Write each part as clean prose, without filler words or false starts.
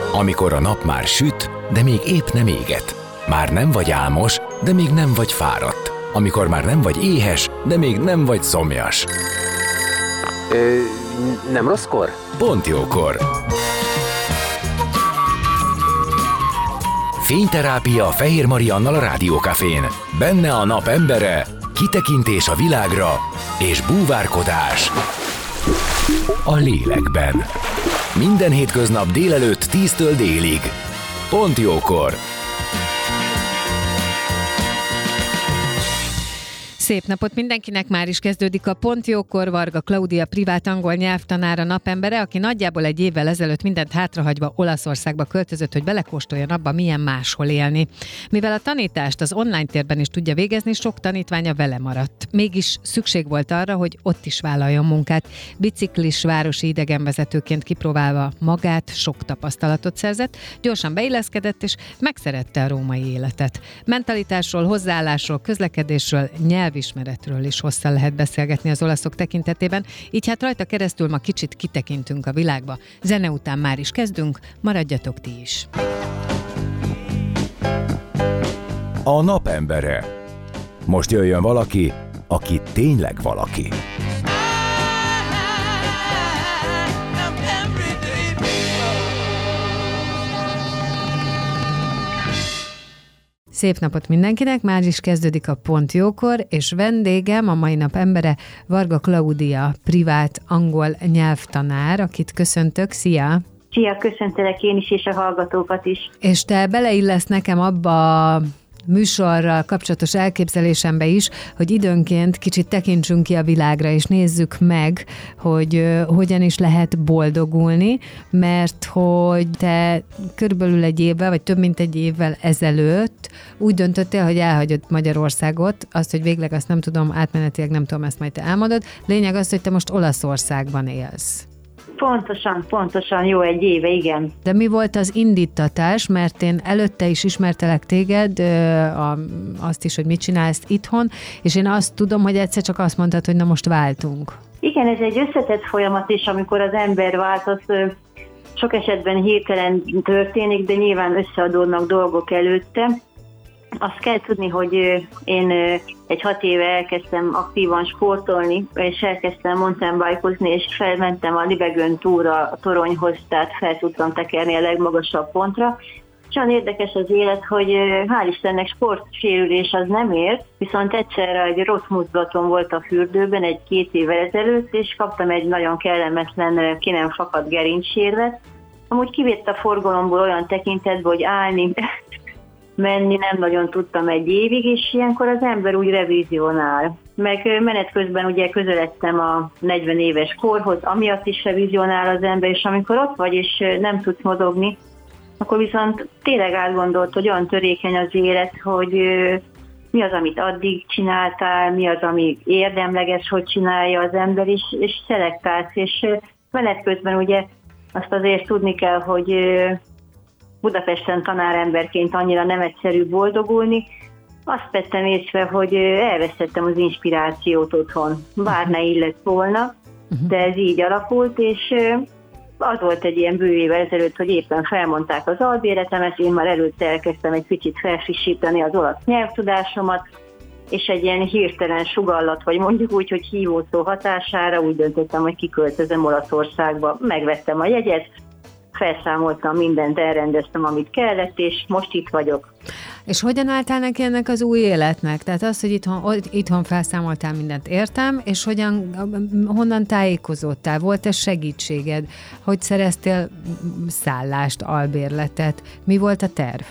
Amikor a nap már süt, de még épp nem éget. Már nem vagy álmos, de még nem vagy fáradt. Amikor már nem vagy éhes, de még nem vagy szomjas. Nem rosszkor? Pont jókor. Fényterápia Fehér Mariannal a Rádiókafén. Benne a nap embere, kitekintés a világra és búvárkodás a lélekben. Minden hétköznap délelőtt 10-től délig. Pont jókor. Szép napot mindenkinek, már is kezdődik a Pont Jókor. Varga Klaudia, privát angol nyelvtanára, napembere, aki nagyjából egy évvel ezelőtt mindent hátrahagyva Olaszországba költözött, hogy belekóstoljon abba, milyen máshol élni. Mivel a tanítást az online térben is tudja végezni, sok tanítványa vele maradt. Mégis szükség volt arra, hogy ott is vállaljon munkát. Biciklis városi idegenvezetőként kipróbálva magát, sok tapasztalatot szerzett, gyorsan beilleszkedett és megszerette a római életet. Mentalitásról, hozzáállásról, közlekedésről, nyelvismeretről is hosszan lehet beszélgetni az olaszok tekintetében, így hát rajta keresztül ma kicsit kitekintünk a világba. Zene után már is kezdünk, maradjatok ti is. A napembere. Most jöjjön valaki, aki tényleg valaki. Szép napot mindenkinek, már is kezdődik a Pont Jókor, és vendégem, a mai nap embere Varga Klaudia, privát angol nyelvtanár, akit köszöntök. Szia! Szia, köszöntelek én is, és a hallgatókat is. És te beleillesz nekem abba a műsorral kapcsolatos elképzelésembe is, hogy időnként kicsit tekintsünk ki a világra, és nézzük meg, hogy hogyan is lehet boldogulni, mert hogy te körülbelül egy évvel, vagy több mint egy évvel ezelőtt úgy döntöttél, hogy elhagyod Magyarországot, azt, hogy végleg azt nem tudom, átmenetileg nem tudom, ezt majd te elmondod. Lényeg az, hogy te most Olaszországban élsz. Pontosan, jó egy éve, igen. De mi volt az indítatás, mert én előtte is ismertelek téged, azt is, hogy mit csinálsz itthon, és én azt tudom, hogy egyszer csak azt mondtad, hogy na most váltunk. Igen, ez egy összetett folyamat is, amikor az ember vált, az sok esetben hirtelen történik, de nyilván összeadódnak dolgok előtte. Azt kell tudni, hogy én egy 6 éve elkezdtem aktívan sportolni, és elkezdtem mountainbike-ozni, és felmentem a Libegön túra a toronyhoz, tehát fel tudtam tekerni a legmagasabb pontra. És olyan érdekes az élet, hogy hál' Istennek sportsérülés az nem ért, viszont egyszerre egy rossz mozdulatom volt a fürdőben 1-2 évvel ezelőtt, és kaptam egy nagyon kellemetlen, ki nem fakadt gerincsérvet. Amúgy kivett a forgalomból olyan tekintetben, hogy állni, menni nem nagyon tudtam egy évig, és ilyenkor az ember úgy revizionál. Meg menet közben ugye közeledtem a 40 éves korhoz, amiatt is revizionál az ember, és amikor ott vagy, és nem tudsz mozogni, akkor viszont tényleg átgondolt, hogy olyan törékeny az élet, hogy mi az, amit addig csináltál, mi az, ami érdemleges, hogy csinálja az ember, és szelektálsz, és menet közben ugye azt azért tudni kell, hogy Budapesten tanáremberként annyira nem egyszerű boldogulni. Azt vettem észre, hogy elvesztettem az inspirációt otthon. Bár ne illett volna, de ez így alakult, és az volt egy ilyen bő évvel ezelőtt, hogy éppen felmondták az albéletemet, én már előtte elkezdtem egy kicsit felfrissíteni az olasz nyelvtudásomat, és egy ilyen hirtelen sugallat, vagy mondjuk úgy, hogy hívószó hatására úgy döntöttem, hogy kiköltözöm Olaszországba. Megvettem a jegyet, felszámoltam mindent, elrendeztem, amit kellett, és most itt vagyok. És hogyan álltál neki ennek az új életnek? Tehát az, hogy itthon felszámoltál mindent, értem, és honnan tájékozódtál? Volt-e segítséged? Hogy szereztél szállást, albérletet? Mi volt a terv?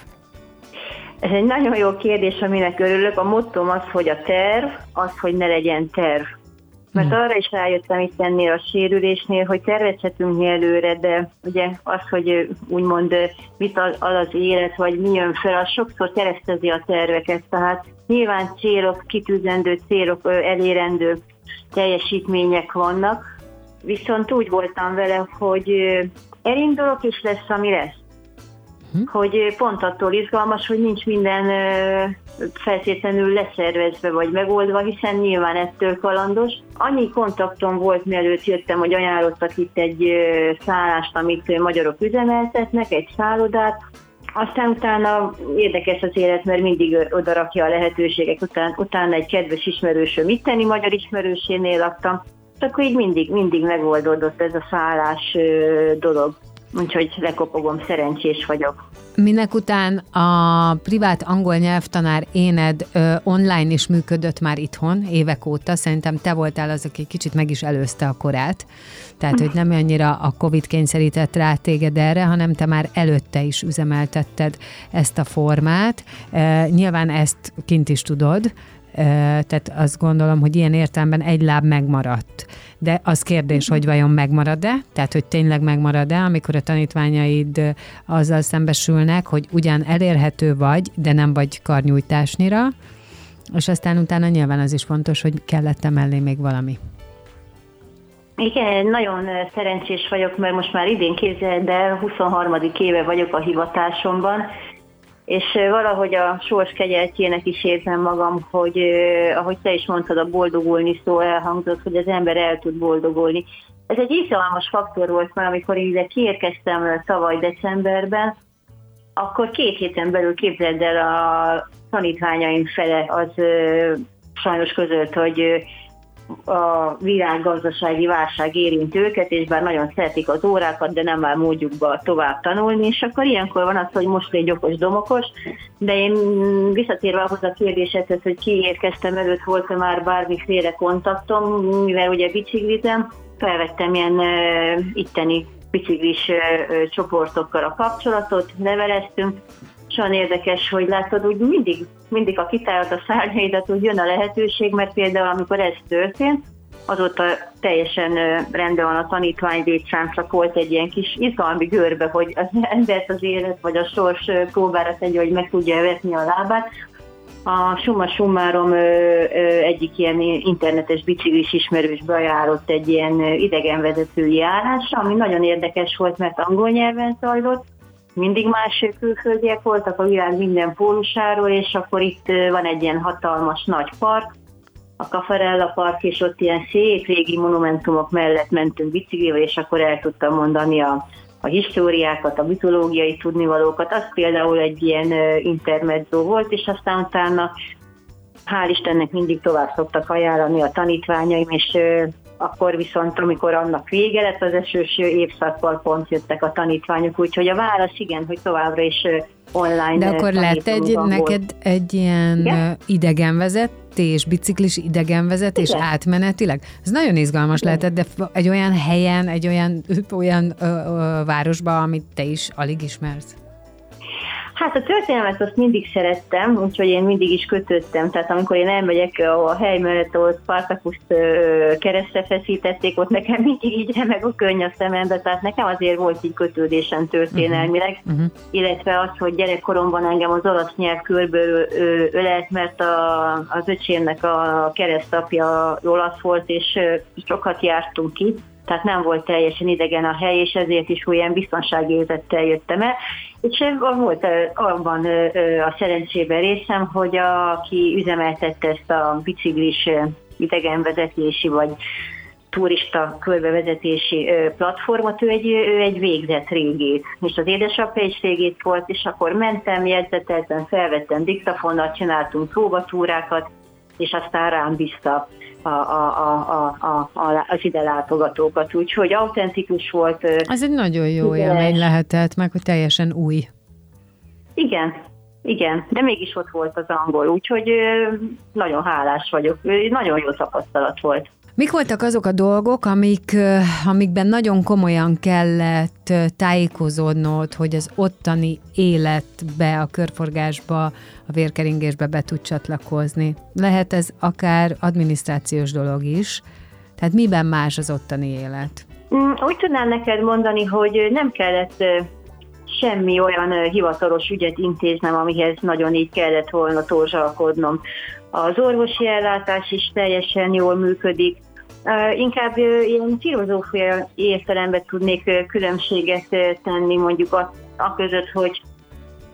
Ez egy nagyon jó kérdés, aminek örülök. A mottom az, hogy a terv, az, hogy ne legyen terv. Mert arra is rájöttem itt ennél a sérülésnél, hogy tervezhetünk előre, de ugye az, hogy úgymond mit ad az élet, vagy mi jön fel, az sokszor keresztezi a terveket. Tehát nyilván célok, kitűzendő célok, elérendő teljesítmények vannak, viszont úgy voltam vele, hogy elindulok, és lesz, ami lesz. hogy pont attól izgalmas, hogy nincs minden feltétlenül leszervezve vagy megoldva, hiszen nyilván ettől kalandos. Annyi kontaktom volt, mielőtt jöttem, hogy ajánlottak itt egy szállást, amit magyarok üzemeltetnek, egy szállodát. Aztán utána érdekes az élet, mert mindig odarakja a lehetőségek. Utána egy kedves ismerősöm itteni magyar ismerősénél laktam, és akkor így mindig megoldódott ez a szállás dolog. Úgyhogy lekopogom, szerencsés vagyok. Minek után a privát angol nyelvtanár éned online is működött már itthon évek óta. Szerintem te voltál az, aki kicsit meg is előzte a korát. Tehát, hogy nem annyira a Covid kényszerített rá téged erre, hanem te már előtte is üzemeltetted ezt a formát. Nyilván ezt kint is tudod, tehát azt gondolom, hogy ilyen értelemben egy láb megmaradt. De az kérdés, hogy vajon megmarad-e? Tehát, hogy tényleg megmarad-e, amikor a tanítványaid azzal szembesülnek, hogy ugyan elérhető vagy, de nem vagy karnyújtásnyira, és aztán utána nyilván az is fontos, hogy kellett mellé még valami. Igen, nagyon szerencsés vagyok, mert most már idén képzeld el, 23. éve vagyok a hivatásomban, és valahogy a sors kegyeltjének is érzem magam, hogy ahogy te is mondtad, a boldogulni szó elhangzott, hogy az ember el tud boldogulni. Ez egy izgalmas faktor volt már, amikor ide kiérkeztem tavaly decemberben, akkor 2 héten belül képzeld el, a tanítványaim fele az sajnos közölt, hogy a világgazdasági válság érint őket, és bár nagyon szeretik az órákat, de nem áll módjukba tovább tanulni, és akkor ilyenkor van az, hogy most légy okos domokos, de én visszatérve ahhoz a kérdésedhez, hogy kiérkeztem előtt, volt-e már bármiféle kontaktom, mivel ugye biciklizem, felvettem ilyen itteni biciklis csoportokkal a kapcsolatot, leveleztünk, és olyan érdekes, hogy látod, úgy mindig a kitárod a szárnyaidat, úgy jön a lehetőség, mert például amikor ez történt, azóta teljesen rendben van a tanítvány létszám, csak volt egy ilyen kis izgalmi görbe, hogy az embert az élet, vagy a sors próbára tegye, hogy meg tudja vetni a lábát. A summa summarum egyik ilyen internetes biciklis ismerős beajánlott egy ilyen idegenvezetői állásra, ami nagyon érdekes volt, mert angol nyelven zajlott. Mindig más külföldiek voltak a világ minden pólusáról, és akkor itt van egy ilyen hatalmas nagy park, a Caffarella Park, és ott ilyen szép régi monumentumok mellett mentünk biciklivel, és akkor el tudtam mondani a históriákat, a mitológiai tudnivalókat. Az például egy ilyen intermezzo volt, és aztán utána hál' Istennek mindig tovább szoktak ajánlani a tanítványaim, és akkor viszont, amikor annak vége lett, az esős évszakkal pont jöttek a tanítványok, úgyhogy a válasz igen, hogy továbbra is online. De akkor lett neked egy ilyen idegenvezetés, biciklis idegenvezetés átmenetileg? Ez nagyon izgalmas lehetett, de egy olyan helyen, egy olyan városban, amit te is alig ismersz. Hát a történelmet azt mindig szerettem, úgyhogy én mindig is kötöttem. Tehát amikor én elmegyek a hely mellett, ahol Spartacust keresztre feszítették, ott nekem mindig így remeg a könny a szemembe, tehát nekem azért volt így kötődésem történelmileg, illetve az, hogy gyerekkoromban engem az olasz nyelv körből ölelt, mert az öcsémnek a keresztapja olasz volt, és sokat jártunk ki. Tehát nem volt teljesen idegen a hely, és ezért is olyan biztonságérzettel jöttem el. És volt abban a szerencsében részem, hogy aki üzemeltette ezt a biciklis idegenvezetési vagy turista körbevezetési platformot, ő egy végzett régész. És az édesapja is régész volt, és akkor mentem, jegyzeteltem, felvettem diktafonnal, csináltunk próbatúrákat, és aztán rám bízta az ide látogatókat, úgyhogy autentikus volt. Ez egy nagyon jó élmény lehetett, meg hogy teljesen új. Igen, de mégis ott volt az angol, úgyhogy nagyon hálás vagyok, nagyon jó tapasztalat volt. Mik voltak azok a dolgok, amikben nagyon komolyan kellett tájékozódnod, hogy az ottani életbe, a körforgásba, a vérkeringésbe be tud csatlakozni? Lehet ez akár adminisztrációs dolog is. Tehát miben más az ottani élet? Úgy tudnám neked mondani, hogy nem kellett semmi olyan hivatalos ügyet intéznem, amihez nagyon így kellett volna torzsalkodnom. Az orvosi ellátás is teljesen jól működik. Inkább ilyen filozófiai értelemben tudnék különbséget tenni mondjuk a között, hogy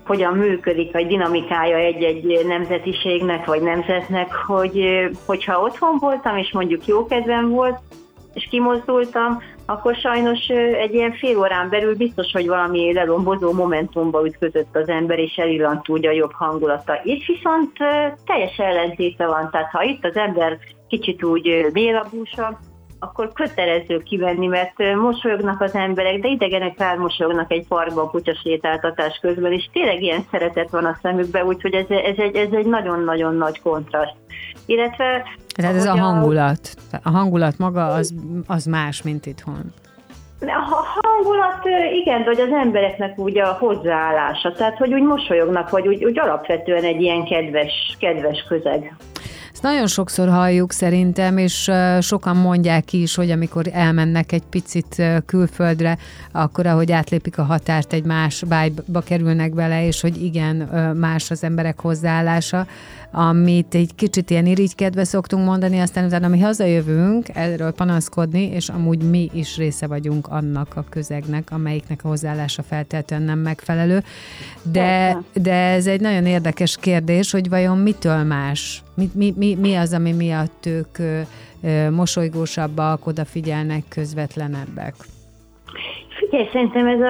hogyan működik, vagy dinamikája egy-egy nemzetiségnek, vagy nemzetnek, hogyha otthon voltam, és mondjuk jó kedvem volt, és kimozdultam, akkor sajnos egy ilyen fél órán belül biztos, hogy valami lelombozó momentumba ütközött az ember, és elillant úgy a jobb hangulata. Itt viszont teljes ellentéte van, tehát ha itt az ember kicsit úgy vélabúsabb, akkor kötelező kivenni, mert mosolyognak az emberek, de idegenek elmosolyognak egy parkban kutyasétáltatás közben, és tényleg ilyen szeretet van a szemükben, úgyhogy ez egy nagyon-nagyon nagy kontraszt. Illetve... Tehát ez a hangulat. A hangulat maga az más, mint itthon. A hangulat, igen, de hogy az embereknek úgy a hozzáállása, tehát hogy úgy mosolyognak, vagy úgy alapvetően egy ilyen kedves közeg. Ezt nagyon sokszor halljuk szerintem, és sokan mondják is, hogy amikor elmennek egy picit külföldre, akkor ahogy átlépik a határt, egy más vibe-ba kerülnek bele, és hogy igen, más az emberek hozzáállása, amit egy kicsit ilyen irigykedve szoktunk mondani, aztán utána mi hazajövünk erről panaszkodni, és amúgy mi is része vagyunk annak a közegnek, amelyiknek a hozzáállása feltétlenül nem megfelelő. De ez egy nagyon érdekes kérdés, hogy vajon mitől más? Mi az, ami miatt ők mosolygósabbak, odafigyelnek, közvetlenebbek? Figyelj, szerintem ez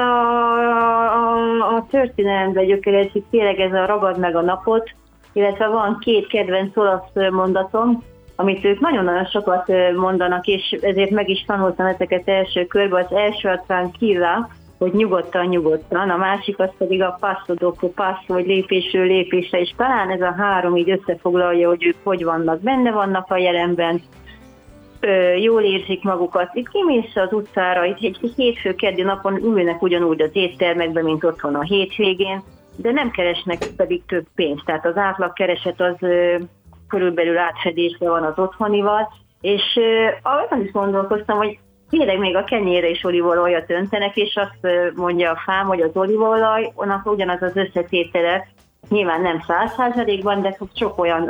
a történelemben gyökerezik, tényleg ez a ragad meg a napot, illetve van két kedvenc olasz mondatom, amit ők nagyon-nagyon sokat mondanak, és ezért meg is tanultam ezeket első körben. Az első a tranquilla, hogy nyugodtan, a másik az pedig a passo dopo passo, hogy lépésről lépésre, és talán ez a három így összefoglalja, hogy ők hogy vannak, benne vannak a jelenben, jól érzik magukat. Itt kimész az utcára, itt egy hétfő-keddi napon ülnek ugyanúgy az éttermekben, mint otthon a hétvégén, de nem keresnek pedig több pénzt. Tehát az átlagkereset az körülbelül átfedésre van az otthonival, és arra is gondolkoztam, hogy tényleg még a kenyérre is olívaolajat öntenek, és azt mondja a fám, hogy az olívaolajnak ugyanaz az összetétele, nyilván nem 100%-ban, de sok olyan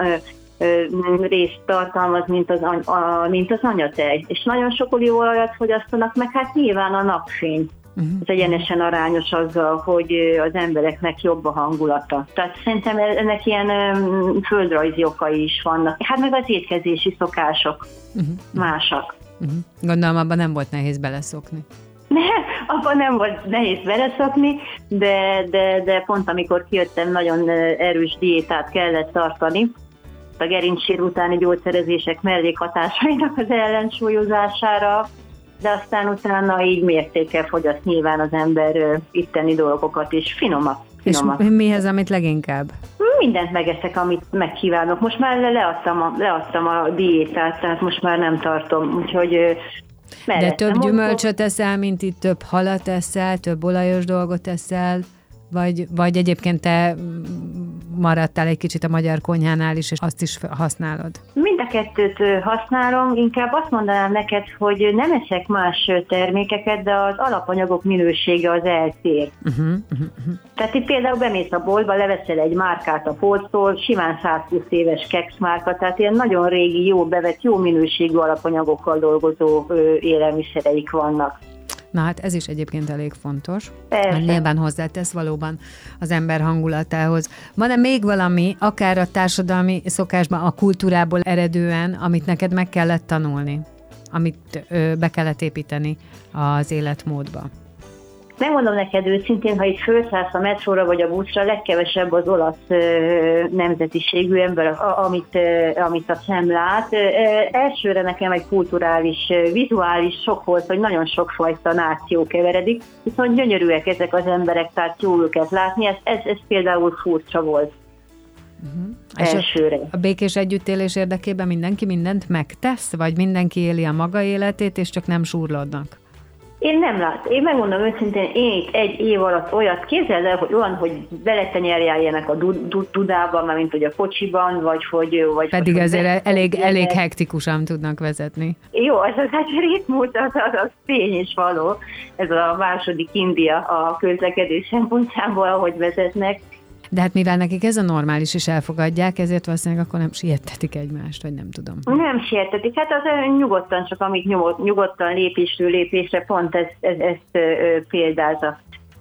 részt tartalmaz, mint az anyatej. És nagyon sok olívaolajat fogyasztanak, meg hát nyilván a napfény. Ez egyenesen arányos azzal, hogy az embereknek jobb a hangulata. Tehát szerintem ennek ilyen földrajzi okai is vannak. Hát meg az étkezési szokások másak. Gondolom, abban nem volt nehéz beleszokni. Abban nem volt nehéz beleszokni, de pont amikor kijöttem, nagyon erős diétát kellett tartani. A gerincsér utáni gyógyszerezések mellékhatásainak az ellensúlyozására, de aztán utána így mértékkel fogyaszt nyilván az ember itteni dolgokat, és finomak. És mi az, amit leginkább? Mindent megeszek, amit megkívánok. Most már leadtam a diétát, tehát most már nem tartom, úgyhogy... De több gyümölcsöt eszel, mint itt, több halat eszel, több olajos dolgot eszel, vagy egyébként te maradtál egy kicsit a magyar konyhánál is, és azt is használod? Mind a kettőt használom, inkább azt mondanám neked, hogy nem eszek más termékeket, de az alapanyagok minősége az eltér. Tehát itt például bemész a boltba, leveszel egy márkát a polctól, simán 120 éves keksz márka, tehát ilyen nagyon régi, jó bevett, jó minőségű alapanyagokkal dolgozó élelmiszereik vannak. Na hát ez is egyébként elég fontos. Mert nyilván hozzátesz valóban az ember hangulatához. Van-e még valami, akár a társadalmi szokásban, a kultúrából eredően, amit neked meg kellett tanulni, amit be kellett építeni az életmódba? Megmondom neked őszintén, ha itt fölszállsz a metróra vagy a buszra, legkevesebb az olasz nemzetiségű ember, amit a szem lát. Elsőre nekem egy kulturális, vizuális sok volt, hogy nagyon sokfajta náció keveredik, viszont gyönyörűek ezek az emberek, tehát jó őket látni, ez például furcsa volt. Elsőre. A békés együttélés érdekében mindenki mindent megtesz, vagy mindenki éli a maga életét, és csak nem súrlódnak? Én nem látom. Én megmondom őszintén, én itt egy év alatt olyat képzeld el, hogy olyan, hogy beletenyerjeljenek a dudában, már mint hogy a kocsiban, vagy hogy... Pedig azért elég hektikusan tudnak vezetni. Jó, az hát ritmus, az tény és való. Ez a második India a közlekedés szempontjából, ahogy vezetnek. De hát mivel nekik ez a normális is elfogadják, ezért valószínűleg akkor nem siettetik egymást, vagy nem tudom. Nem siettetik, hát az nyugodtan, csak amit nyugodtan lépésről lépésre pont ezt példázza.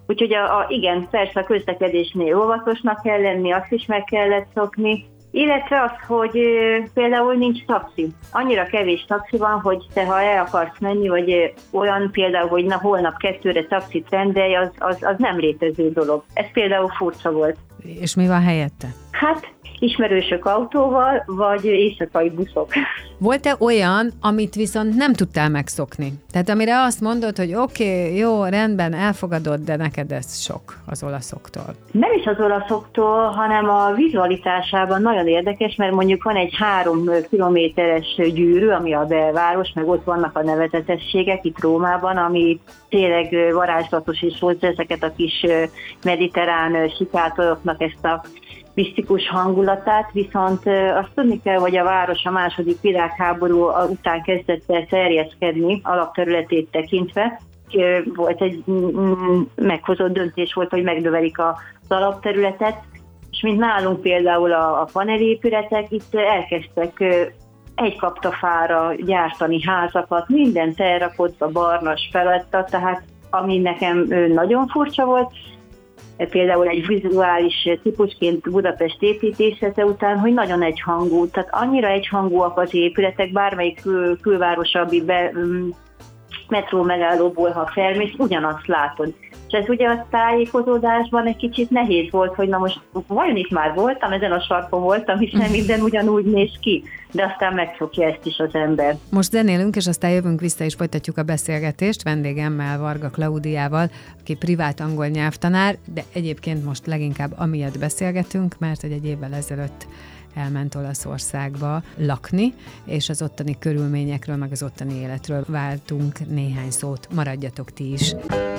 Úgyhogy igen, persze a közlekedésnél óvatosnak kell lenni, azt is meg kellett szokni, illetve az, hogy például nincs taxi. Annyira kevés taxi van, hogy te ha el akarsz menni, vagy olyan például, hogy holnap 2-re taxit rendelj, az nem létező dolog. Ez például furcsa volt. És mi van helyette? Hát ismerősök autóval, vagy éjszakai buszok. Volt-e olyan, amit viszont nem tudtál megszokni? Tehát amire azt mondod, hogy oké, jó, rendben, elfogadod, de neked ez sok az olaszoktól. Nem is az olaszoktól, hanem a vizualitásában nagyon érdekes, mert mondjuk van egy 3 kilométeres gyűrű, ami a belváros, meg ott vannak a nevezetességek itt Rómában, ami tényleg varázslatos is hozzá ezeket a kis mediterrán sikátoroknak ezt a misztikus hangulatát, viszont azt tudni kell, hogy a város a második világháború után kezdett el terjeszkedni alapterületét tekintve. Volt egy meghozott döntés volt, hogy megnövelik az alapterületet, és mint nálunk például a panelépületek, itt elkezdtek egy kaptafára gyártani házakat, minden elrakott a barnas feladta, tehát ami nekem nagyon furcsa volt, például egy vizuális típusként Budapest építészete után, hogy nagyon egyhangú, tehát annyira egyhangúak az épületek, bármelyik külvárosabbi metró megállóból, ha felmész, ugyanazt látod. És ez ugye a tájékozódásban egy kicsit nehéz volt, hogy na most vajon itt már voltam, ezen a sarkon voltam, hiszen minden ugyanúgy néz ki, de aztán megszokja ezt is az ember. Most zenélünk, és aztán jövünk vissza, és folytatjuk a beszélgetést vendégemmel, Varga Klaudiával, aki privát angol nyelvtanár, de egyébként most leginkább amiatt beszélgetünk, mert hogy egy évvel ezelőtt elment Olaszországba lakni, és az ottani körülményekről, meg az ottani életről váltunk néhány szót. Maradjatok ti is!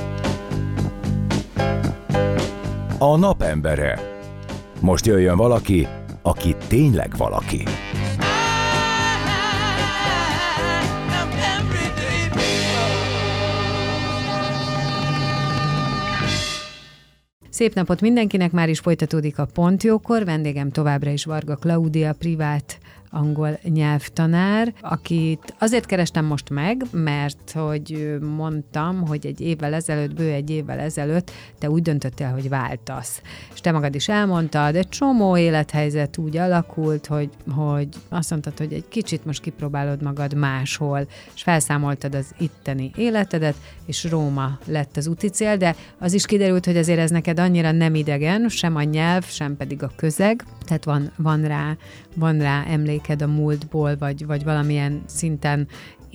A napembere. Most jöjjön valaki, aki tényleg valaki. Szép napot mindenkinek, már is folytatódik a Pontjókor, vendégem továbbra is Varga Klaudia, privát angol nyelvtanár, akit azért kerestem most meg, mert hogy mondtam, hogy bő egy évvel ezelőtt te úgy döntöttél, hogy váltasz. És te magad is elmondtad, egy csomó élethelyzet úgy alakult, hogy azt mondtad, hogy egy kicsit most kipróbálod magad máshol, és felszámoltad az itteni életedet, és Róma lett az úti cél, de az is kiderült, hogy azért ez neked annyira nem idegen, sem a nyelv, sem pedig a közeg, tehát van rá emléked a múltból, vagy valamilyen szinten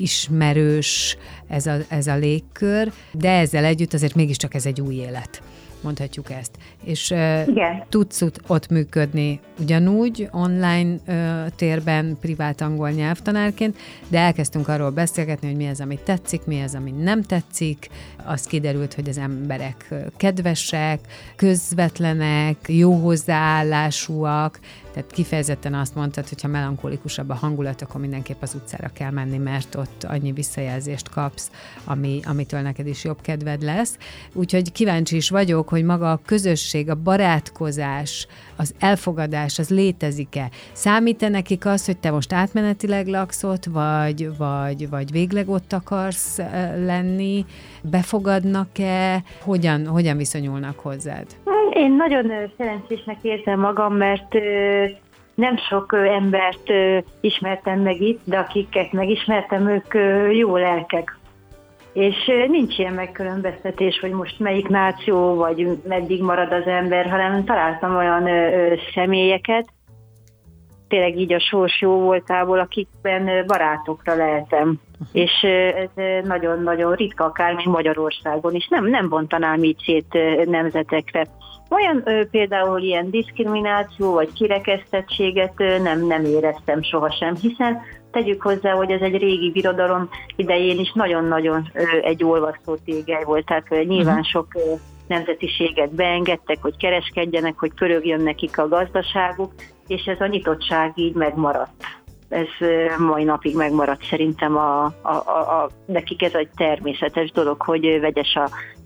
ismerős ez a légkör, de ezzel együtt azért mégiscsak ez egy új élet. Mondhatjuk ezt. És tudsz ott működni ugyanúgy online térben privát angol nyelvtanárként, de elkezdtünk arról beszélgetni, hogy mi az, ami tetszik, mi az, ami nem tetszik. Az kiderült, hogy az emberek kedvesek, közvetlenek, jó hozzáállásúak, tehát kifejezetten azt mondtad, hogy ha melankolikusabb a hangulat, akkor mindenképp az utcára kell menni, mert ott annyi visszajelzést kapsz, amitől neked is jobb kedved lesz. Úgyhogy kíváncsi is vagyok, hogy maga a közösség, a barátkozás, az elfogadás, az létezik-e? Számít-e nekik az, hogy te most átmenetileg laksz ott, vagy végleg ott akarsz lenni? Befogadnak-e? Hogyan viszonyulnak hozzád? Én nagyon szerencsésnek érzem magam, mert nem sok embert ismertem meg itt, de akiket megismertem, ők jó lelkek. És nincs ilyen megkülönböztetés, hogy most melyik náció, vagy meddig marad az ember, hanem találtam olyan személyeket, tényleg így a sors jó voltából, akikben barátokra lehetem. És ez nagyon-nagyon ritka, akármint Magyarországon is. Nem bontanám így szét nemzetekre. Olyan például ilyen diszkrimináció vagy kirekesztettséget nem éreztem sohasem, hiszen tegyük hozzá, hogy ez egy régi birodalom idején is nagyon-nagyon egy olvasztó tégely volt, tehát nyilván sok nemzetiséget beengedtek, hogy kereskedjenek, hogy pörögjön nekik a gazdaságuk, és ez a nyitottság így megmaradt. Ez mai napig megmaradt szerintem nekik ez egy természetes dolog, hogy vegyes a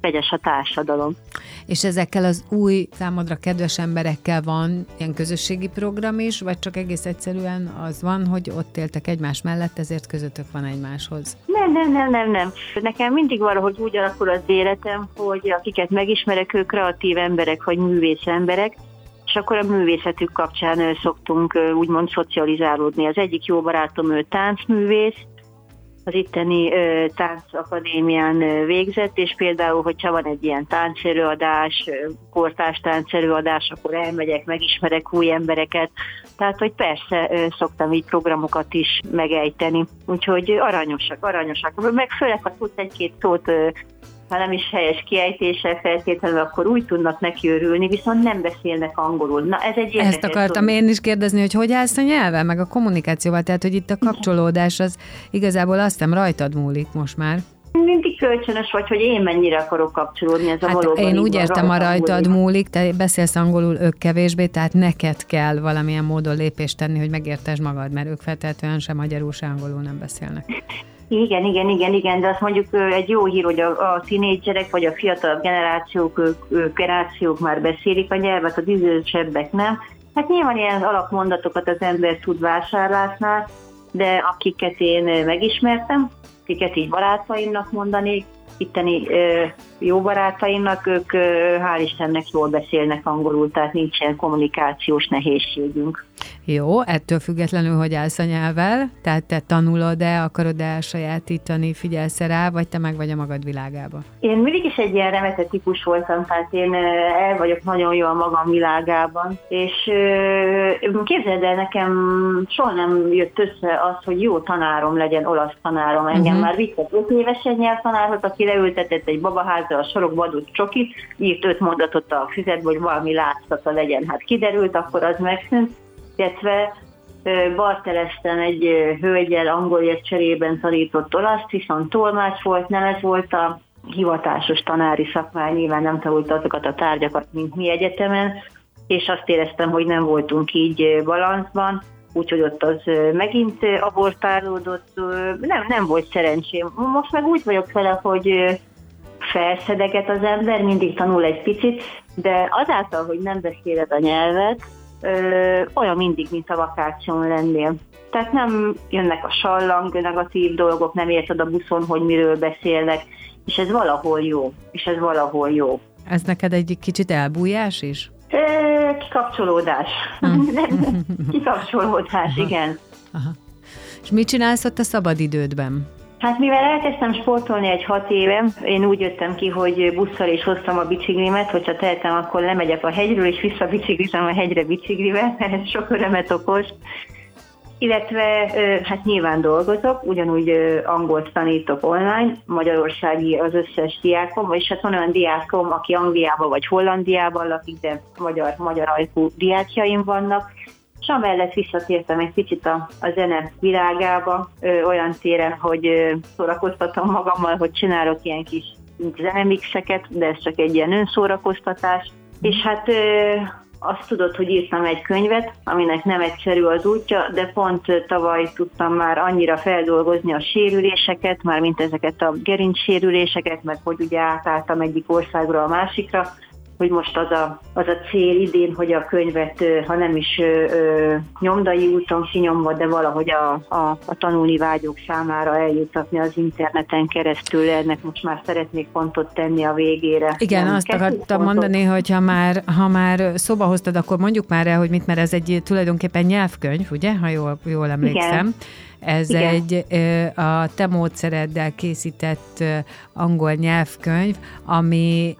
vegyes a társadalom. És ezekkel az új, számodra kedves emberekkel van ilyen közösségi program is, vagy csak egész egyszerűen az van, hogy ott éltek egymás mellett, ezért közöttök van egymáshoz? Nem. Nekem mindig valahogy úgy alakul az életem, hogy akiket megismerek, ők kreatív emberek, vagy művész emberek, és akkor a művészetük kapcsán szoktunk úgymond szocializálódni. Az egyik jó barátom, ő táncművész, az itteni táncakadémián végzett, és például, hogyha van egy ilyen táncerőadás, kortárs táncerőadás, akkor elmegyek, megismerek új embereket. Tehát, hogy persze szoktam így programokat is megejteni. Úgyhogy aranyosak. Meg főleg, ha tudsz egy-két szót, ha nem is helyes kiejtéssel feltétlenül, akkor úgy tudnak neki örülni, viszont nem beszélnek angolul. Na, ez egy érdekes. Ezt akartam én is kérdezni, hogy állsz a nyelven, meg a kommunikációval, tehát hogy itt a kapcsolódás az igazából azt hiszem rajtad múlik most már. Mindig kölcsönös vagy, hogy én mennyire akarok kapcsolódni, ez a valóban. Én úgy értem, a rajtad múlik, te beszélsz angolul, ők kevésbé, tehát neked kell valamilyen módon lépést tenni, hogy megértesd magad, mert ők feltétlenül sem magyarul, sem angolul nem beszélnek. Igen, de azt mondjuk egy jó hír, hogy a tínédzserek vagy a fiatalabb generációk már beszélik a nyelvet, az idősebbek nem. Hát nyilván ilyen alapmondatokat az ember tud vásárlásnál, de akiket én megismertem, akiket így barátaimnak mondanék, itteni jó barátaimnak, ők hál' Istennek jól beszélnek angolul, tehát nincsen kommunikációs nehézségünk. Jó, ettől függetlenül, hogy állsz a nyelvvel, tehát te tanulod-e, akarod-e elsajátítani, figyelsz rá, vagy te meg vagy a magad világában? Én mindig is egy ilyen remete típus voltam, tehát én el vagyok nagyon jó a magam világában, és képzeld el, nekem soha nem jött össze az, hogy jó tanárom legyen, olasz tanárom. Engem már vittek 5 évesen nyelvtanárhoz, aki leültetett egy babaházra a sarokba, adott csokit, írt 5 mondatot a füzetbe, hogy valami látszata legyen. Hát kiderült, akkor az megszűnt. Illetve Barteleszten egy hölgyel angolért cserében tanított olaszt, viszont tolmács volt, nem ez volt a hivatásos tanári szakmány, nyilván nem tanulta azokat a tárgyakat, mint mi egyetemen, és azt éreztem, hogy nem voltunk így balanszban, úgyhogy ott az megint abortálódott, nem volt szerencsém. Most meg úgy vagyok vele, hogy felszedeget az ember, mindig tanul egy picit, de azáltal, hogy nem beszéled a nyelvet, olyan mindig, mint a vakáción lennél. Tehát nem jönnek a sallang, negatív dolgok, nem érted a buszon, hogy miről beszélnek, és ez valahol jó. Ez neked egy kicsit elbújás is? Kikapcsolódás. Kikapcsolódás, igen. Aha. És mit csinálsz ott a szabadidődben? Hát mivel elkezdtem sportolni egy 6 éve, én úgy jöttem ki, hogy busszal is hoztam a biciklimet, hogyha tehetem, akkor lemegyek a hegyről, és visszabiciklizem a hegyre biciklivel, mert ez sok örömet okoz. Illetve hát nyilván dolgozok, ugyanúgy angolt tanítok online, magyarországi az összes diákom, vagyis hát van olyan diákom, aki Angliában vagy Hollandiában lakik, de magyar ajkú diákjaim vannak, és amellett visszatértem egy picit a zene világába, olyan téren, hogy szórakoztatom magammal, hogy csinálok ilyen kis zenemixeket, de ez csak egy ilyen önszórakoztatás. És hát azt tudod, hogy írtam egy könyvet, aminek nem egyszerű az útja, de pont tavaly tudtam már annyira feldolgozni a sérüléseket, mármint ezeket a gerincsérüléseket, meg hogy ugye átálltam egyik országra a másikra, hogy most az a cél idén, hogy a könyvet, ha nem is nyomdai úton kinyomva, de valahogy a tanulni vágyók számára eljutatni az interneten keresztül, ennek most már szeretnék pontot tenni a végére. Igen, azt akartam mondani, hogy ha már szóba hoztad, akkor mondjuk már el, hogy mit, mert ez egy tulajdonképpen nyelvkönyv, ugye, ha jól emlékszem. Igen. Ez egy a te módszereddel készített angol nyelvkönyv, ami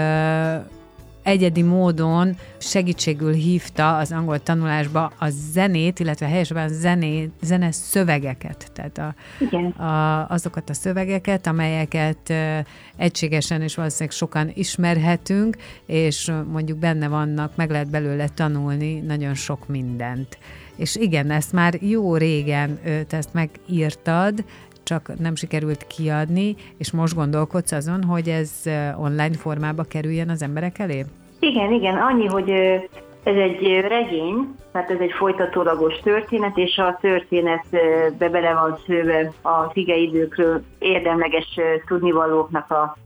egyedi módon segítségül hívta az angol tanulásba a zenét, illetve helyesebben zene szövegeket. Tehát azokat a szövegeket, amelyeket egységesen és valószínűleg sokan ismerhetünk, és mondjuk benne vannak, meg lehet belőle tanulni nagyon sok mindent. És igen, ezt már jó régen te ezt megírtad, csak nem sikerült kiadni, és most gondolkodsz azon, hogy ez online formába kerüljen az emberek elé? Igen, annyi, hogy ez egy regény, tehát ez egy folytatólagos történet, és a történetbe bele van szőve az igeidőkről érdemleges tudnivalóknak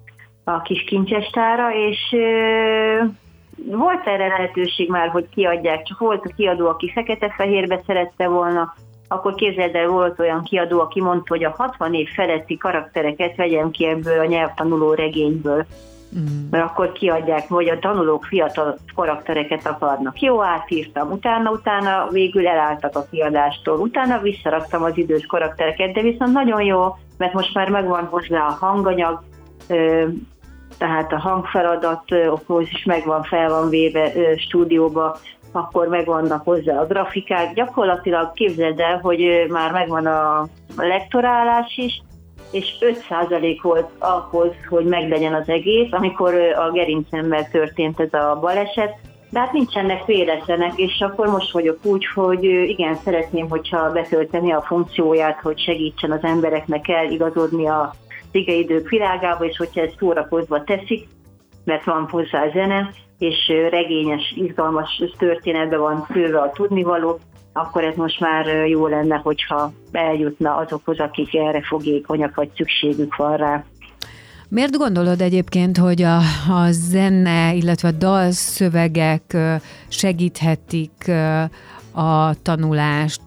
a kis kincsestára, és volt erre lehetőség már, hogy kiadják, csak volt a kiadó, aki fekete-fehérbe szerette volna, akkor képzeld el, volt olyan kiadó, aki mondta, hogy a 60 év feletti karaktereket vegyem ki ebből a nyelvtanuló regényből, mert akkor kiadják, vagy a tanulók fiatal karaktereket akarnak. Jó, átírtam, utána végül elálltak a kiadástól, utána visszaraktam az idős karaktereket, de viszont nagyon jó, mert most már megvan hozzá a hanganyag, tehát a hangfeladatokhoz is fel van véve stúdióba, akkor megvannak hozzá a grafikák. Gyakorlatilag képzeld el, hogy már megvan a lektorálás is, és 5% volt ahhoz, hogy meglegyen az egész, amikor a gerincemmel történt ez a baleset, de hát nincsenek véletlenek, és akkor most vagyok úgy, hogy igen, szeretném, hogyha betölteni a funkcióját, hogy segítsen az embereknek eligazodni a igeidők világába, és hogyha ezt szórakozva teszik, mert van hozzá zene, és regényes, izgalmas történetben van főve a tudnivaló, akkor ez most már jó lenne, hogyha eljutna azokhoz, akik erre fogékonyak, vagy szükségük van rá. Miért gondolod egyébként, hogy a zene, illetve a dalszövegek segíthetik a tanulást?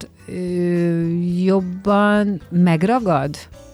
Jobban megragad?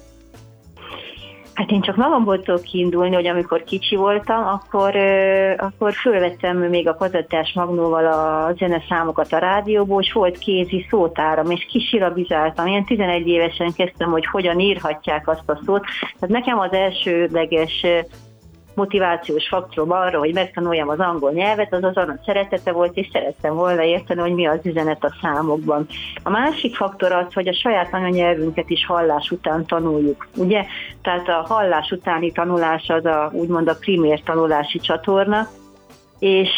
Hát én csak magamból tudok kiindulni, hogy amikor kicsi voltam, akkor fölvettem még a kazettás magnóval a zeneszámokat a rádióból, és volt kézi szótáram, és kisilabizáltam. Ilyen 11 évesen kezdtem, hogy hogyan írhatják azt a szót. Tehát nekem az elsődleges motivációs faktorom arra, hogy megtanuljam az angol nyelvet, az a szeretete volt, és szerettem volna érteni, hogy mi az üzenet a számokban. A másik faktor az, hogy a saját anyanyelvünket is hallás után tanuljuk, ugye? Tehát a hallás utáni tanulás az úgymond a primér tanulási csatorna, és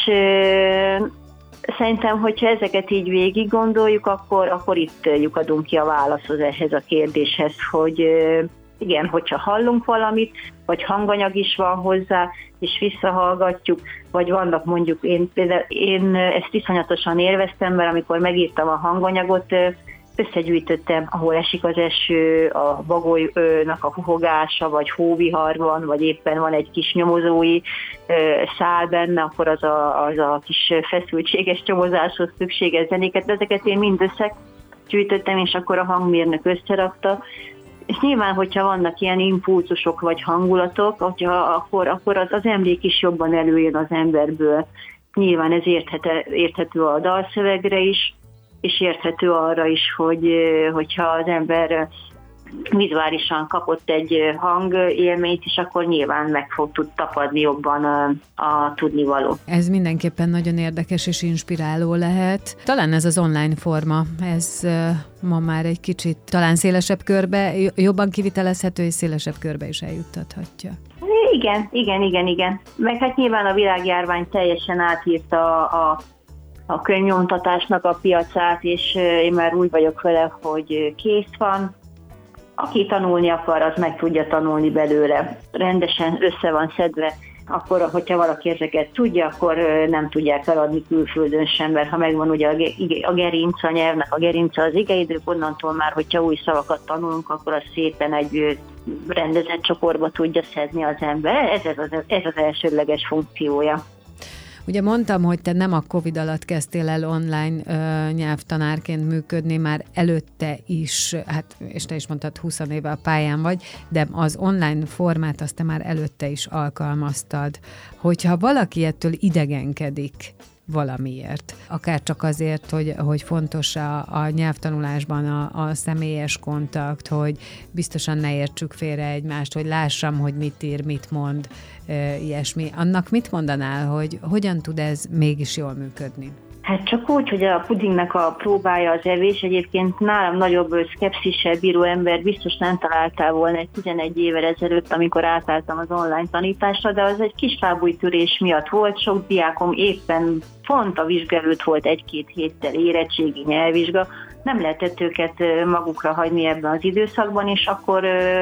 szerintem, hogyha ezeket így végig gondoljuk, akkor itt lyukadunk ki a válaszhoz ehhez a kérdéshez, hogy igen, hogyha hallunk valamit, vagy hanganyag is van hozzá, és visszahallgatjuk, vagy vannak mondjuk, én ezt iszonyatosan élveztem, mert amikor megírtam a hanganyagot, összegyűjtöttem, ahol esik az eső, a bagolynak a huhogása, vagy hóvihar van, vagy éppen van egy kis nyomozói szál benne, akkor az a kis feszültséges nyomozáshoz szükséges zenéket, de ezeket én mind összegyűjtöttem, és akkor a hangmérnök összerakta. És nyilván, hogyha vannak ilyen impulzusok vagy hangulatok, akkor az emlék is jobban előjön az emberből. Nyilván ez érthető a dalszövegre is, és érthető arra is, hogyha az ember vizuálisan kapott egy hangélményt is, akkor nyilván meg fog tapadni jobban a tudnivaló. Ez mindenképpen nagyon érdekes és inspiráló lehet. Talán ez az online forma, ez ma már egy kicsit talán szélesebb körbe, jobban kivitelezhető és szélesebb körbe is eljuttathatja. Igen. Meg hát nyilván a világjárvány teljesen átírta a könyvnyomtatásnak a piacát, és én már úgy vagyok vele, hogy kész van. Aki tanulni akar, az meg tudja tanulni belőle. Rendesen össze van szedve, akkor, hogyha valaki ezeket tudja, akkor nem tudják eladni külföldön sem, mert ha megvan ugye a gerinca nyelvnek, a gerinca az igeidők, onnantól már, hogyha új szavakat tanulunk, akkor az szépen egy rendezett csoportba tudja szedni az ember. Ez az elsődleges funkciója. Ugye mondtam, hogy te nem a Covid alatt kezdtél el online nyelvtanárként működni, már előtte is, hát és te is mondtad, 20 éve a pályán vagy, de az online formát azt te már előtte is alkalmaztad. Hogyha valaki ettől idegenkedik valamiért, akár csak azért, hogy fontos a nyelvtanulásban a személyes kontakt, hogy biztosan ne értsük félre egymást, hogy lássam, hogy mit ír, mit mond, ilyesmi. Annak mit mondanál, hogy hogyan tud ez mégis jól működni? Hát csak úgy, hogy a pudingnak a próbája az evés. Egyébként nálam nagyobb szkepszissel bíró ember biztos nem találtál volna egy 11 évvel ezelőtt, amikor átálltam az online tanításra, de az egy kis lábújtörés miatt volt. Sok diákom éppen pont a vizsga előtt volt 1-2 héttel érettségi nyelvvizsga. Nem lehetett őket magukra hagyni ebben az időszakban, és akkor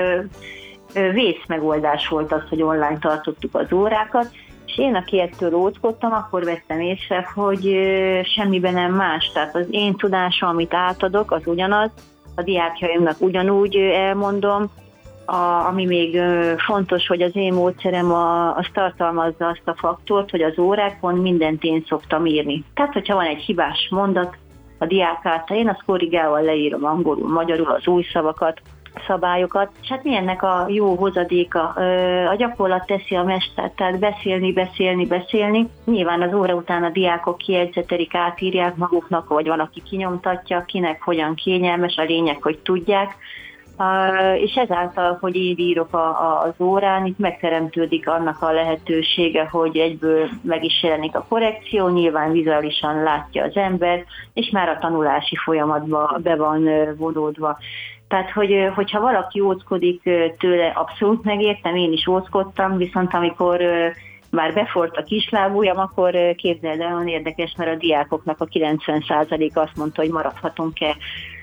vészmegoldás volt az, hogy online tartottuk az órákat. És én, aki ettől óckodtam, akkor vettem észre, hogy semmiben nem más. Tehát az én tudásom, amit átadok, az ugyanaz, a diákjaimnak ugyanúgy elmondom, ami még fontos, hogy az én módszerem az tartalmazza azt a faktort, hogy az órákon mindent én szoktam írni. Tehát, hogyha van egy hibás mondat a diák által, én azt korrigálva leírom angolul, magyarul az új szavakat, szabályokat, és hát mi ennek a jó hozadéka? A gyakorlat teszi a mestert, tehát beszélni. Nyilván az óra után a diákok kiegyzetelik, átírják maguknak, vagy van, aki kinyomtatja, kinek hogyan kényelmes, a lényeg, hogy tudják. És ezáltal, hogy én írok az órán, itt megteremtődik annak a lehetősége, hogy egyből meg is jelenik a korrekció, nyilván vizuálisan látja az ember, és már a tanulási folyamatba be van vonódva. Tehát, hogyha valaki óckodik tőle, abszolút megértem, én is óckodtam, viszont amikor már beforrt a kislábújam, akkor képzeld el, olyan érdekes, mert a diákoknak a 90% azt mondta, hogy maradhatunk-e.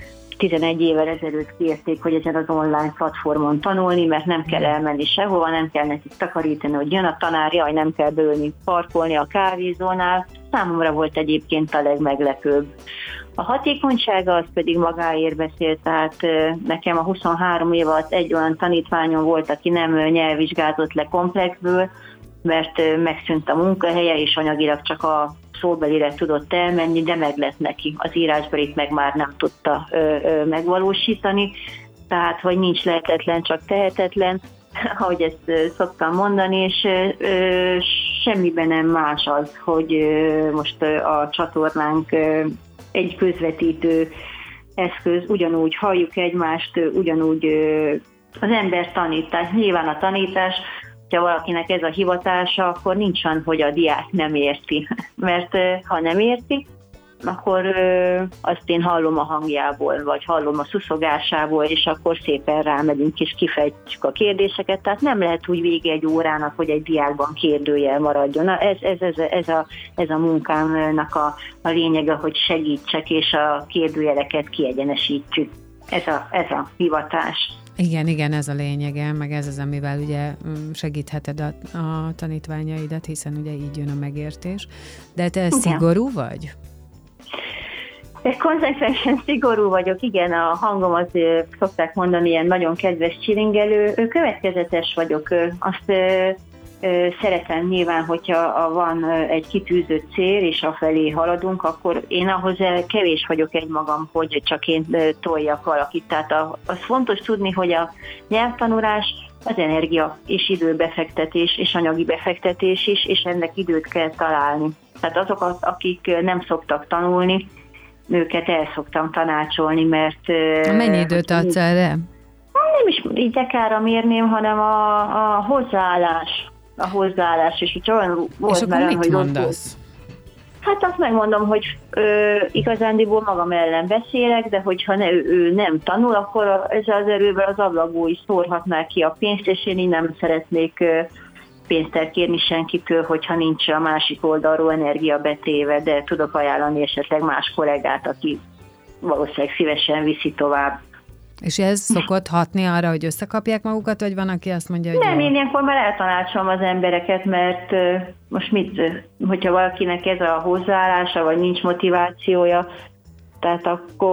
11 évvel ezelőtt kérték, hogy ezen az online platformon tanulni, mert nem kell elmenni sehova, nem kell nekik takarítani, hogy jön a tanár, jaj, nem kell beülni, parkolni a kávézónál. Számomra volt egyébként a legmeglepőbb. A hatékonysága az pedig magáért beszélt, tehát nekem a 23 év alatt egy olyan tanítványom volt, aki nem nyelvvizsgázott le komplexből, mert megszűnt a munkahelye, és anyagilag csak a szóbelire tudott elmenni, de meg lett neki. Az írásbelit meg már nem tudta megvalósítani, tehát, hogy nincs lehetetlen, csak tehetetlen, ahogy ezt szoktam mondani, és semmiben nem más az, hogy most a csatornánk egy közvetítő eszköz, ugyanúgy halljuk egymást, ugyanúgy az ember tanít. Tehát nyilván a tanítás, ha valakinek ez a hivatása, akkor nincs olyan, hogy a diák nem érti. Mert ha nem érti, akkor azt én hallom a hangjából, vagy hallom a szuszogásából, és akkor szépen rámegyünk és kifejtjük a kérdéseket. Tehát nem lehet úgy vége egy órának, hogy egy diákban kérdőjel maradjon. Ez a munkámnak a lényege, hogy segítsek, és a kérdőjeleket kiegyenesítjük. Ez a hivatás. Igen, ez a lényege, meg ez az, amivel ugye segítheted a tanítványaidat, hiszen ugye így jön a megértés. De te szigorú vagy? Konzekvensen szigorú vagyok, igen, a hangom az szokták mondani, ilyen nagyon kedves csilingelő, következetes vagyok, azt szeretem nyilván, hogyha van egy kitűzött cél, és afelé haladunk, akkor én ahhoz kevés vagyok egymagam, hogy csak én toljak valakit. Tehát az fontos tudni, hogy a nyelvtanulás az energia és időbefektetés és anyagi befektetés is, és ennek időt kell találni. Tehát azokat, akik nem szoktak tanulni, őket el szoktam tanácsolni, mert... Mennyi időt adsz erre? Nem is így dekára mérném, hanem a hozzáállás. A hozzáállás, és hogyha olyan volt, és akkor már, mit hogy mondasz? Hát azt megmondom, hogy igazándiból magam ellen beszélek, de hogyha ő nem tanul, akkor ezzel az erővel az ablakból is szórhatná ki a pénzt, és én így nem szeretnék pénzt elkérni senkitől, hogyha nincs a másik oldalról energia betéve, de tudok ajánlani esetleg más kollégát, aki valószínűleg szívesen viszi tovább. És ez szokott hatni arra, hogy összekapják magukat, vagy van, aki azt mondja, hogy... Nem, én ilyenkor már eltanácsolom az embereket, mert most hogyha valakinek ez a hozzáállása, vagy nincs motivációja, tehát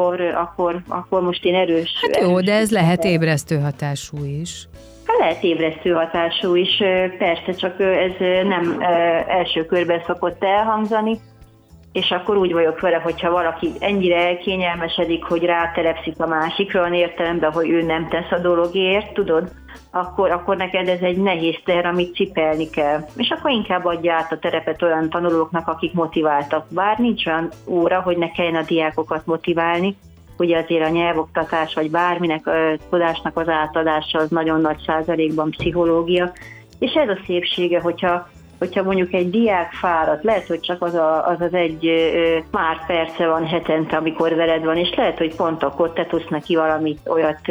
akkor most én erős... Hát jó, de ez lehet ébresztő hatású is. Hát lehet ébresztő hatású is, persze, csak ez nem első körben szokott elhangzani, és akkor úgy vagyok vele, hogyha valaki ennyire elkényelmesedik, hogy rátelepszik a másikra, olyan értelemben, hogy ő nem tesz a dologért, tudod, akkor neked ez egy nehéz teher, amit cipelni kell. És akkor inkább adja át a terepet olyan tanulóknak, akik motiváltak. Bár nincs olyan óra, hogy ne kelljen a diákokat motiválni, ugye azért a nyelvoktatás, vagy bárminek tudásnak az átadása az nagyon nagy százalékban pszichológia, és ez a szépsége, hogyha mondjuk egy diák fáradt, lehet, hogy csak az egy pár perce van hetente, amikor veled van, és lehet, hogy pont akkor te tudsz neki valamit olyat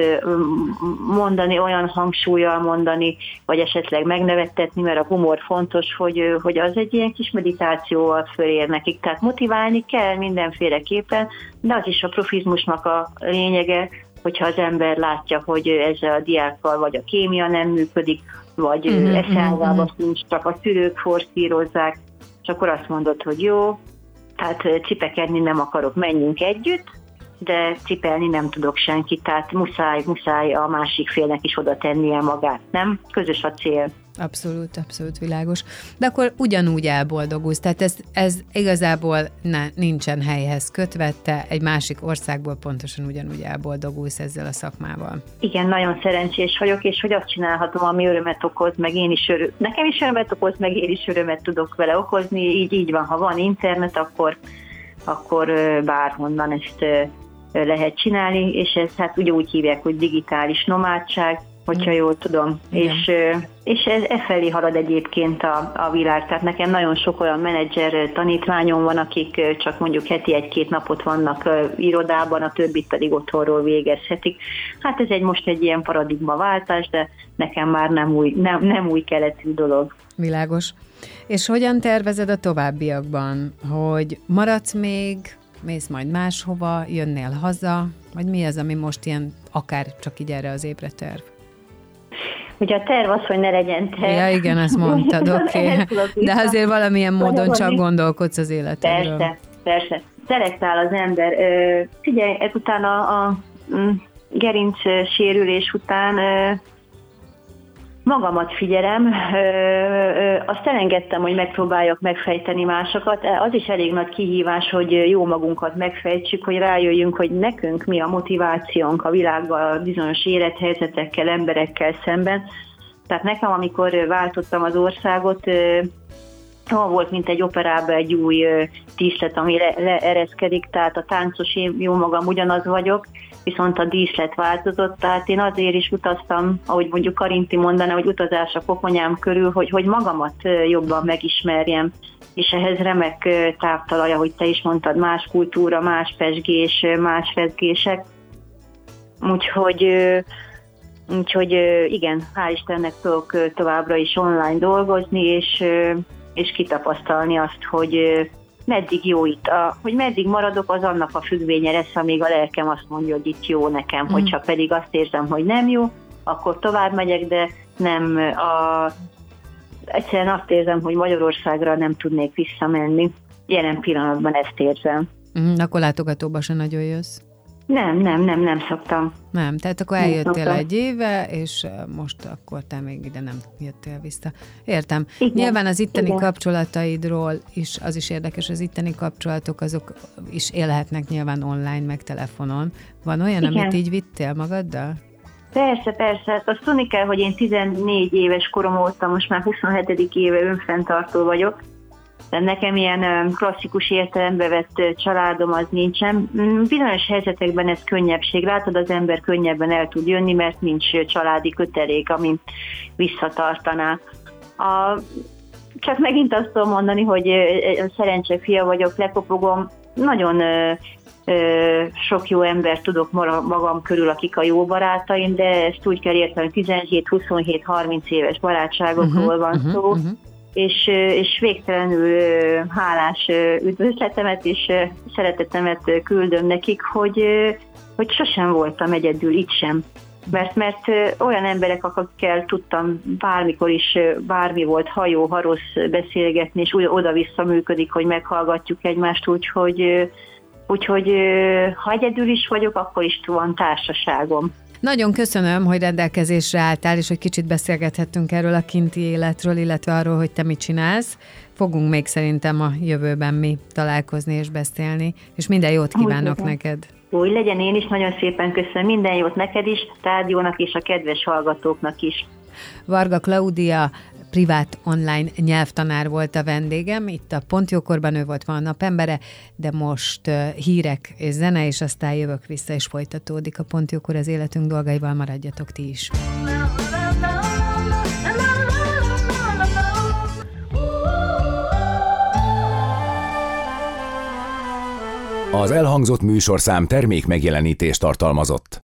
mondani, olyan hangsúllyal mondani, vagy esetleg megnevettetni, mert a humor fontos, hogy az egy ilyen kis meditációval fölér nekik. Tehát motiválni kell mindenféleképpen, de az is a profizmusnak a lényege, hogyha az ember látja, hogy ezzel a diákkal vagy a kémia nem működik, vagy eszeállában nincs, csak a szülők forszírozzák, és akkor azt mondod, hogy jó, tehát cipekedni nem akarok, menjünk együtt, de cipelni nem tudok senkit, tehát muszáj a másik félnek is oda tennie magát, nem? Közös a cél. Abszolút világos. De akkor ugyanúgy elboldogulsz, tehát ez igazából nincsen helyhez kötve, te egy másik országból pontosan ugyanúgy elboldogulsz ezzel a szakmával. Igen, nagyon szerencsés vagyok, és hogy azt csinálhatom, ami örömet okoz, meg nekem is örömet okoz, meg én is örömet tudok vele okozni, így van, ha van internet, akkor bárhonnan ezt lehet csinálni, és ezt hát ugye úgy hívják, hogy digitális nomádság, hogyha jól tudom, és ez felé halad egyébként a világ. Tehát nekem nagyon sok olyan menedzser tanítványom van, akik csak mondjuk heti 1-2 napot vannak irodában, a többit pedig otthonról végezhetik. Hát ez most egy ilyen paradigmaváltás, de nekem már nem új keletű dolog. Világos. És hogyan tervezed a továbbiakban, hogy maradsz még, mész majd máshova, jönnél haza, vagy mi az, ami most ilyen akár csak így erre az évre terv? Ugye a terv az, hogy ne legyen terv. Ja, igen, ezt mondtad, oké. De azért valamilyen módon csak gondolkodsz az életedről. Persze. Szelektál az ember. Figyelj, ezután a gerinc sérülés után magamat figyelem, azt elengedtem, hogy megpróbáljak megfejteni másokat. Az is elég nagy kihívás, hogy jó magunkat megfejtsük, hogy rájöjjünk, hogy nekünk mi a motivációnk a világban, bizonyos élethelyzetekkel, emberekkel szemben. Tehát nekem, amikor váltottam az országot, volt, mint egy operában egy új díszlet, ami leereszkedik, tehát a táncos én jó magam ugyanaz vagyok, viszont a díszlet változott, tehát én azért is utaztam, ahogy mondjuk Karinti mondaná, hogy utazás a koponyám körül, hogy magamat jobban megismerjem, és ehhez remek táptalaj, ahogy te is mondtad, más kultúra, más pezsgés, más rezgések. Úgyhogy igen, hál' Istennek tudok továbbra is online dolgozni, és kitapasztalni azt, hogy meddig jó itt. Hogy meddig maradok, az annak a függvénye lesz, amíg a lelkem azt mondja, hogy itt jó nekem. Hogyha pedig azt érzem, hogy nem jó, akkor tovább megyek, de nem egyszerűen azt érzem, hogy Magyarországra nem tudnék visszamenni. Jelen pillanatban ezt érzem. Akkor látogatóba se nagyon jössz? Nem szoktam. Nem, tehát akkor eljöttél egy éve, és most akkor te még ide nem jöttél vissza. Értem. Igen, nyilván az itteni kapcsolataidról is, az is érdekes, az itteni kapcsolatok azok is élhetnek nyilván online, meg telefonon. Van olyan, amit így vittél magaddal? Persze. Azt tudni kell, hogy én 14 éves korom óta, most már 27. éve önfenntartó vagyok. De nekem ilyen klasszikus értelembe vett családom az nincsen. Bizonyos helyzetekben ez könnyebbség. Látod, az ember könnyebben el tud jönni, mert nincs családi kötelék, ami visszatartaná. Csak megint azt tudom mondani, hogy szerencse fia vagyok, lekopogom. Nagyon sok jó ember tudok magam körül, akik a jó barátaim, de ezt úgy kell érteni, 17, 27, 30 éves barátságokról van szó. És végtelenül hálás üdvözletemet és szeretetemet küldöm nekik, hogy sosem voltam egyedül, itt sem. Mert olyan emberek, akikkel tudtam bármikor is, bármi volt, hajó, harosz beszélgetni, és oda-vissza működik, hogy meghallgatjuk egymást, úgyhogy ha egyedül is vagyok, akkor is van társaságom. Nagyon köszönöm, hogy rendelkezésre álltál, és hogy kicsit beszélgethettünk erről a kinti életről, illetve arról, hogy te mit csinálsz. Fogunk még szerintem a jövőben mi találkozni és beszélni, és minden jót kívánok neked. Úgy legyen, én is nagyon szépen köszönöm. Minden jót neked is, rádiónak és a kedves hallgatóknak is. Varga Klaudia privát online nyelvtanár volt a vendégem, itt a Pont Jókorban ő volt ma a napembere, de most hírek és zene, és aztán jövök vissza, és folytatódik a Pont Jókor az életünk dolgaival, maradjatok ti is. Az elhangzott műsorszám termék megjelenítést tartalmazott.